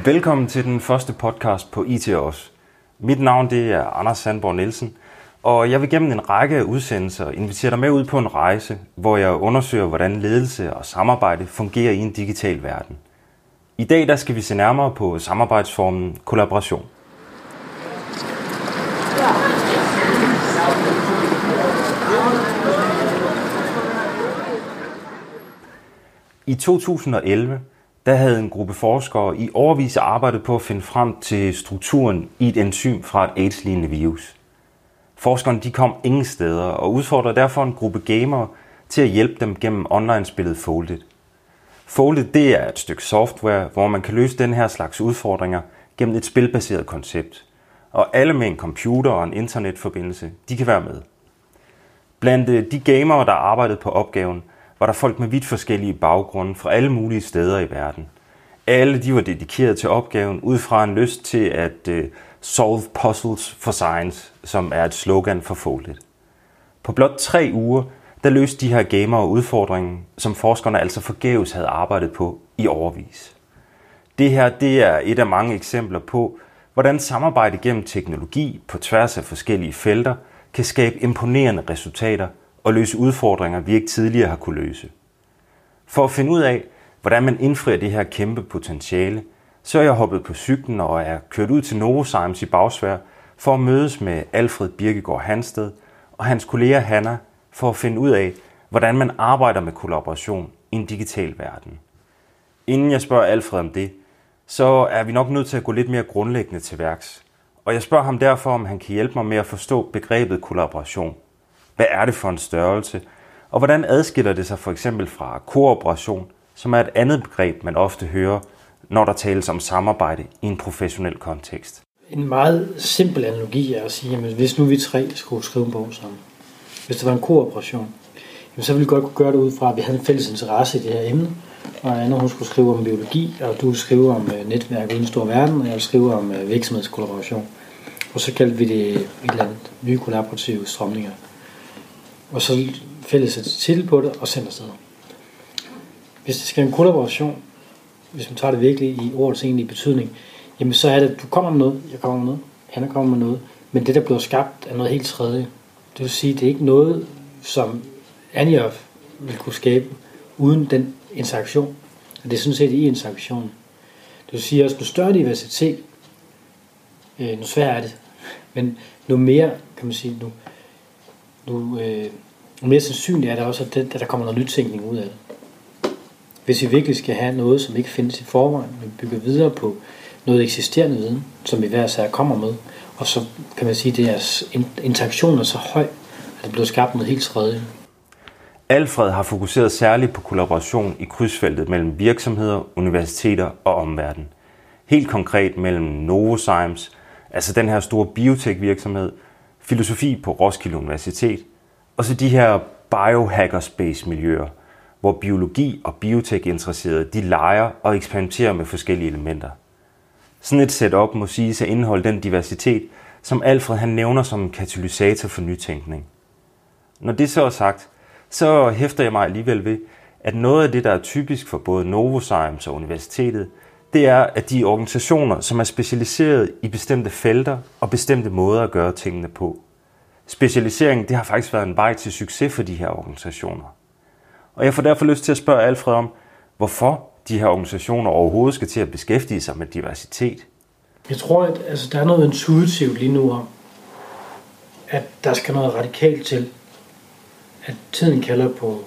Velkommen til den første podcast på IT Os. Mit navn det er Anders Sandborg Nielsen, og jeg vil gennem en række af udsendelser invitere dig med ud på en rejse, hvor jeg undersøger, hvordan ledelse og samarbejde fungerer i en digital verden. I dag der skal vi se nærmere på samarbejdsformen kollaboration. I 2011 der havde en gruppe forskere i årevis arbejdet på at finde frem til strukturen i et enzym fra et AIDS-lignende virus. Forskerne de kom ingen steder og udfordrede derfor en gruppe gamere til at hjælpe dem gennem online-spillet Folded. Folded det er et stykke software, hvor man kan løse den her slags udfordringer gennem et spilbaseret koncept. Og alle med en computer og en internetforbindelse, de kan være med. Blandt de gamere, der arbejdede på opgaven, var der folk med vidt forskellige baggrunde fra alle mulige steder i verden. Alle de var dedikeret til opgaven ud fra en lyst til at solve puzzles for science, som er et slogan for Folded. På blot 3 uger, der løste de her gamere udfordringen, som forskerne altså forgæves havde arbejdet på i årevis. Det her det er et af mange eksempler på, hvordan samarbejde gennem teknologi på tværs af forskellige felter kan skabe imponerende resultater og løse udfordringer, vi ikke tidligere har kunne løse. For at finde ud af, hvordan man indfrier det her kæmpe potentiale, så er jeg hoppet på cyklen og er kørt ud til Novozymes i Bagsværd for at mødes med Alfred Birkegaard Hansted og hans kollega Hanna for at finde ud af, hvordan man arbejder med kollaboration i en digital verden. Inden jeg spørger Alfred om det, så er vi nok nødt til at gå lidt mere grundlæggende til værks. Og jeg spørger ham derfor, om han kan hjælpe mig med at forstå begrebet kollaboration. Hvad er det for en størrelse? Og hvordan adskiller det sig for eksempel fra kooperation, som er et andet begreb, man ofte hører, når der tales om samarbejde i en professionel kontekst? En meget simpel analogi er at sige, at hvis nu vi 3 skulle skrive en bog sammen, hvis det var en kooperation, så ville vi godt kunne gøre det ud fra, at vi havde en fælles interesse i det her emne, og Anna hun skulle skrive om biologi, og du skrive om netværk uden stor verden, og jeg ville skrive om virksomhedskollaboration. Og så kaldte vi det et eller andet nye kollaborative strømninger. Og så fælles et titel på det og sender afsted. Hvis det skal en kollaboration, hvis man tager det virkelig i ordets egentlige betydning, jamen så er det, at du kommer med noget, jeg kommer med noget, han kommer med noget, men det der bliver skabt er noget helt tredje. Det vil sige, det er ikke noget, som Anjov vil kunne skabe uden den interaktion. Og det er sådan set i interaktionen. Det vil sige også, nu større diversitet, nu sværere er det, men nu mere, kan man sige, nu mere sandsynligt er det også, at der kommer noget nytænkning ud af det. Hvis vi virkelig skal have noget, som ikke findes i forvejen, men bygger videre på noget eksisterende viden, som vi hver sær kommer med, og så kan man sige, at deres interaktion er så høj, at det bliver skabt noget helt tredje. Alfred har fokuseret særligt på kollaboration i krydsfeltet mellem virksomheder, universiteter og omverden. Helt konkret mellem Novozymes, altså den her store biotech-virksomhed, filosofi på Roskilde Universitet, og så de her biohackerspace-miljøer, hvor biologi og biotech-interesserede de leger og eksperimenterer med forskellige elementer. Sådan et setup må siges at indeholde den diversitet, som Alfred han nævner som en katalysator for nytænkning. Når det så er sagt, så hæfter jeg mig alligevel ved, at noget af det, der er typisk for både Novozymes og universitetet, det er, at de er organisationer, som er specialiseret i bestemte felter og bestemte måder at gøre tingene på. Specialisering det har faktisk været en vej til succes for de her organisationer. Og jeg får derfor lyst til at spørge Alfred om, hvorfor de her organisationer overhovedet skal til at beskæftige sig med diversitet. Jeg tror, at der er noget intuitivt lige nu om, at der skal noget radikalt til. At tiden kalder på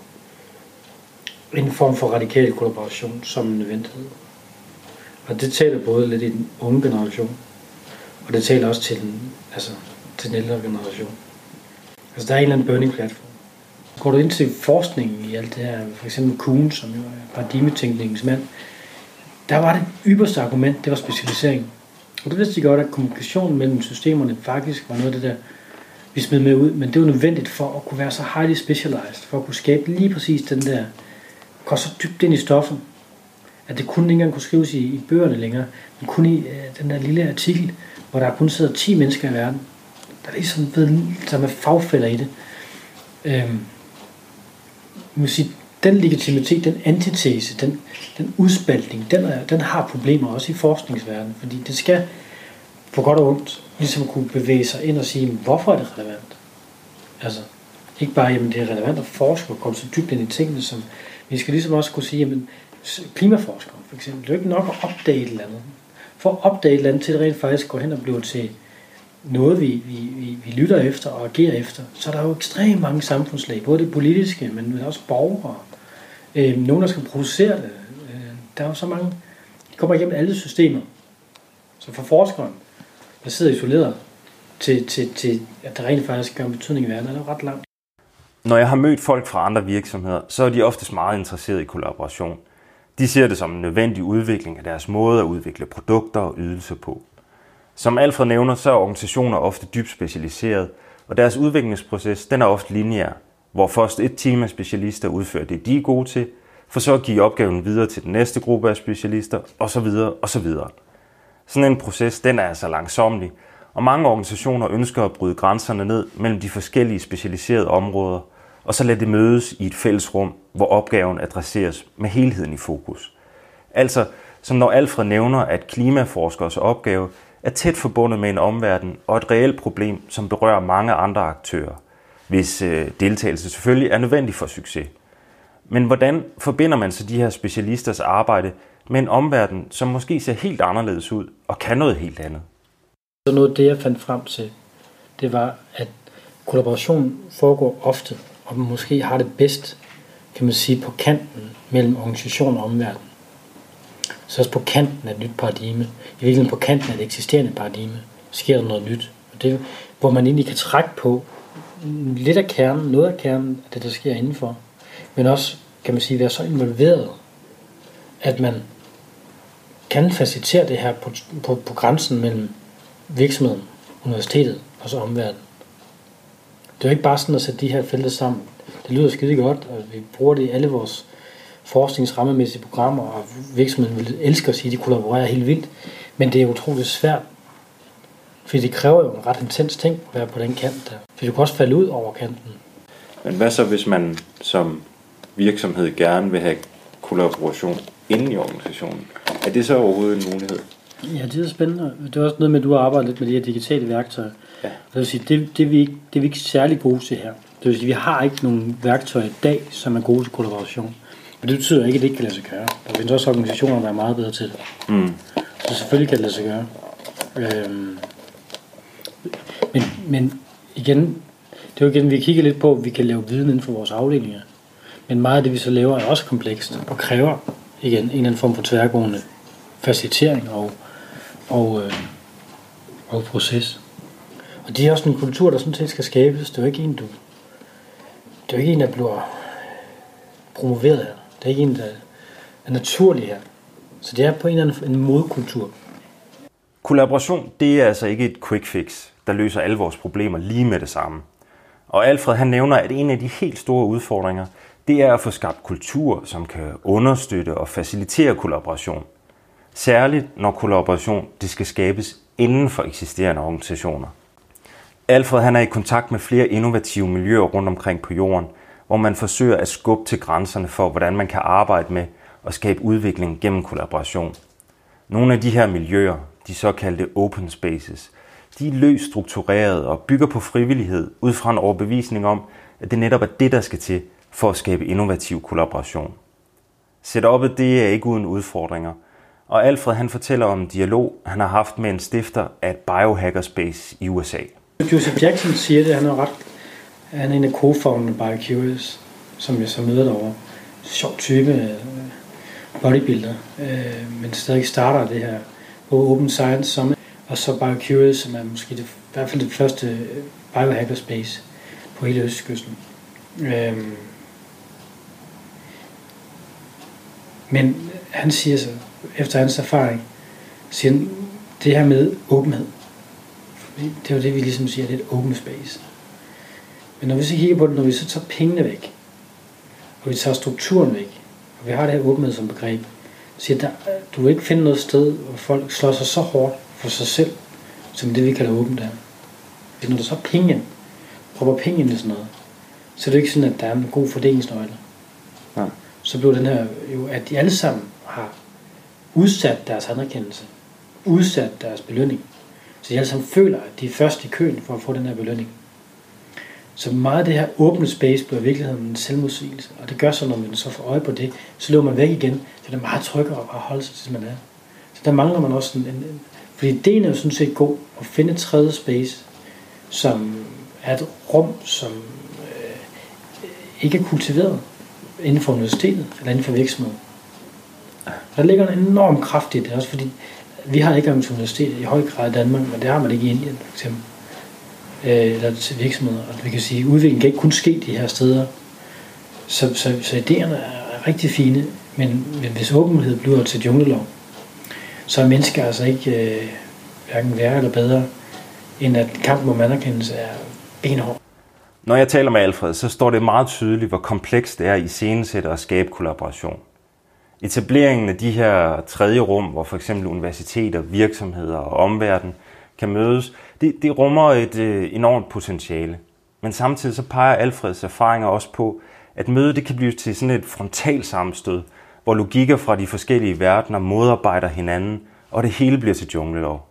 en form for radikal kollaboration som en nødvendighed. Og det taler både lidt i den unge generation, og det taler også til den ældre generation. Altså der er en eller anden burning platform. Går du ind til forskningen i alt det her, for eksempel Kuhn, som jo er paradigmetænkningens mand, der var det ypperste argument, det var specialisering. Og det vidste de godt, at kommunikationen mellem systemerne faktisk var noget af det der, vi smed med ud, men det var nødvendigt for at kunne være så highly specialized, for at kunne skabe lige præcis den der, gå så dybt ind i stoffet, at det kun ikke engang kunne skrives i bøgerne længere, men kun i den der lille artikel, hvor der kun sidder 10 mennesker i verden, der er ligesom ved, som er fagfælder i det. Man sige, den legitimitet, den antitese, den udspaltning, den har problemer også i forskningsverdenen, fordi det skal på godt og ondt ligesom kunne bevæge sig ind og sige, hvorfor er det relevant? Altså, ikke bare, jamen det er relevant at forske og komme så dybt ind i tingene, som vi skal ligesom også kunne sige, jamen klimaforskere for eksempel, det er jo ikke nok at opdage et eller andet. For at opdage et eller andet, til det rent faktisk går hen og bliver til noget, vi lytter efter og agerer efter, så er der jo ekstremt mange samfundslag, både det politiske, men også borgere. Nogen, der skal producere det. Der er jo så mange, de kommer igennem alle systemer. Så for forskeren, der sidder isoleret til at der rent faktisk gør en betydning i verden, er det ret langt. Når jeg har mødt folk fra andre virksomheder, så er de oftest meget interesserede i kollaboration. De ser det som en nødvendig udvikling af deres måde at udvikle produkter og ydelser på. Som Alfred nævner, så er organisationer ofte dybt specialiseret, og deres udviklingsproces den er ofte lineær, hvor først et team af specialister udfører det, de er gode til, for så at give opgaven videre til den næste gruppe af specialister, osv. osv. Sådan en proces den er altså langsomlig, og mange organisationer ønsker at bryde grænserne ned mellem de forskellige specialiserede områder, og så lade det mødes i et fælles rum, hvor opgaven adresseres med helheden i fokus. Altså, som når Alfred nævner, at klimaforskers opgave er tæt forbundet med en omverden og et reelt problem, som berører mange andre aktører, hvis deltagelse selvfølgelig er nødvendig for succes. Men hvordan forbinder man så de her specialisters arbejde med en omverden, som måske ser helt anderledes ud og kan noget helt andet? Så noget af det, jeg fandt frem til, det var, at kollaboration foregår ofte, og man måske har det bedst, kan man sige, på kanten mellem organisation og omverden. Så også på kanten af et nyt paradigme. I virkeligheden på kanten af det eksisterende paradigme sker der noget nyt. Og det, hvor man egentlig kan trække på lidt af kernen, noget af kernen af det, der sker indenfor. Men også, kan man sige, være så involveret, at man kan facilitere det her på grænsen mellem virksomheden, universitetet og så omverdenen. Det er jo ikke bare sådan at sætte de her felter sammen. Det lyder skide godt, og vi bruger det i alle vores forskningsrammemæssige programmer, og virksomheden vil elske at sige, at de kollaborerer helt vildt. Men det er utroligt svært, fordi det kræver jo en ret intens ting at være på den kant der. For du kan også falde ud over kanten. Men hvad så, hvis man som virksomhed gerne vil have kollaboration inden i organisationen? Er det så overhovedet en mulighed? Ja, det er spændende. Det er også noget med, at du har arbejdet lidt med de her digitale værktøjer. Ja. Det vil sige, det er vi ikke særlig gode til her. Det vil sige, vi har ikke nogen værktøjer i dag, som er gode til kollaboration. Men det betyder ikke, at det ikke kan lade sig gøre. Der findes også organisationer, der er meget bedre til det. Så selvfølgelig kan det lade sig gøre. Men igen, det er jo igen, vi kigger lidt på, at vi kan lave viden inden for vores afdelinger. Men meget af det, vi så laver, er også komplekst og kræver igen en eller anden form for tværgående facilitering og proces. Og det er også en kultur, der sådan set skal skabes. Det er jo ikke en, der bliver promoveret her. Det er ikke en, der er naturlig her. Så det er på en eller anden modkultur. Kollaboration, det er altså ikke et quick fix, der løser alle vores problemer lige med det samme. Og Alfred han nævner, at en af de helt store udfordringer, det er at få skabt kultur, som kan understøtte og facilitere kollaboration. Særligt når kollaboration det skal skabes inden for eksisterende organisationer. Alfred han er i kontakt med flere innovative miljøer rundt omkring på jorden, hvor man forsøger at skubbe til grænserne for, hvordan man kan arbejde med og skabe udvikling gennem kollaboration. Nogle af de her miljøer, de såkaldte open spaces, de er løst struktureret og bygger på frivillighed ud fra en overbevisning om, at det netop er det, der skal til for at skabe innovativ kollaboration. Setup'et det er ikke uden udfordringer, og Alfred han fortæller om en dialog, han har haft med en stifter af et biohackerspace i USA. Joseph Jackson siger det, han er en af co-founderne af BioCurious, som jeg så møder derovre. Sjov type bodybuilder, men stadig starter det her på Open Science Summit, og så BioCurious, som er måske i hvert fald det første biohackerspace på hele Østkysten. Men han siger så, efter hans erfaring, siger han, det her med åbenhed. Det er jo det, vi ligesom siger, det er et open space. Men når vi så kigger på det, når vi så tager pengene væk, og vi tager strukturen væk, og vi har det her åbenhed som begreb, så siger du vil ikke finde noget sted, hvor folk slår sig så hårdt for sig selv, som det vi kalder åbent der. Når der så er penge ind, propper penge ind i sådan noget, så er det ikke sådan, at der er en god fordelingsnøgle. Ja. så blev den her jo, at de alle sammen har udsat deres anerkendelse, udsat deres belønning. Så de alle sammen føler, at de er først i køen for at få den her belønning. Så meget af det her åbne space bliver i virkeligheden en selvmodsigelse. Og det gør så, når man så får øje på det, så løber man væk igen. Så det er meget tryggere at holde sig til, man er. Så der mangler man også fordi ideen er jo sådan set god at finde et tredje space, som er et rum, som ikke er kultiveret inden for universitetet eller inden for virksomheden. Der ligger en enorm kraft i det, også fordi vi har ikke til universitetet i høj grad i Danmark, men det har man ikke i Indien for eksempel. Eller til virksomheder. Og vi kan sige, at udviklingen kan ikke kun ske de her steder. Så idéerne er rigtig fine, men hvis åbenhed bliver til junglelov, så er mennesker altså ikke hverken værre eller bedre, end at kampen om anerkendelse er benhård. Når jeg taler med Alfred, så står det meget tydeligt, hvor komplekst det er at iscenesætte og skabe kollaboration. Etableringen af de her tredje rum, hvor for eksempel universiteter, virksomheder og omverden kan mødes, det rummer et enormt potentiale. Men samtidig så peger Alfreds erfaringer også på, at mødet det kan blive til sådan et frontalt sammenstød, hvor logikker fra de forskellige verdener modarbejder hinanden, og det hele bliver til junglelov.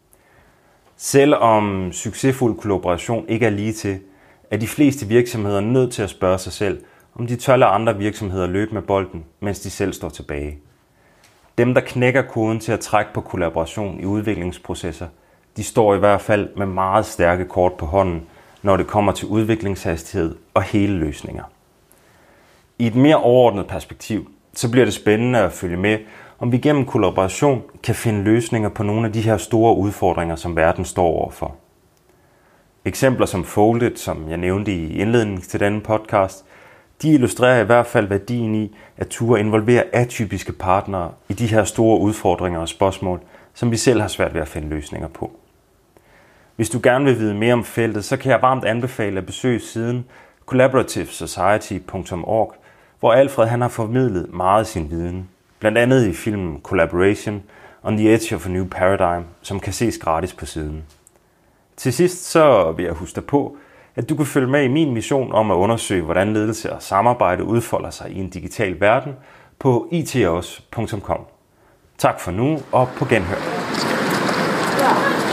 Selvom succesfuld kollaboration ikke er lige til, er de fleste virksomheder nødt til at spørge sig selv, om de tør lade andre virksomheder løbe med bolden, mens de selv står tilbage. Dem, der knækker koden til at trække på kollaboration i udviklingsprocesser, de står i hvert fald med meget stærke kort på hånden, når det kommer til udviklingshastighed og hele løsninger. I et mere overordnet perspektiv, så bliver det spændende at følge med, om vi gennem kollaboration kan finde løsninger på nogle af de her store udfordringer, som verden står overfor. Eksempler som Foldit, som jeg nævnte i indledningen til denne podcast, de illustrerer i hvert fald værdien i at turde involvere atypiske partnere i de her store udfordringer og spørgsmål, som vi selv har svært ved at finde løsninger på. Hvis du gerne vil vide mere om feltet, så kan jeg varmt anbefale at besøge siden collaborativesociety.org, hvor Alfred han har formidlet meget af sin viden, blandt andet i filmen Collaboration on the Edge of a New Paradigm, som kan ses gratis på siden. Til sidst så vil jeg huske dig på, at du kan følge med i min mission om at undersøge, hvordan ledelse og samarbejde udfolder sig i en digital verden på itos.com. Tak for nu, og på genhør.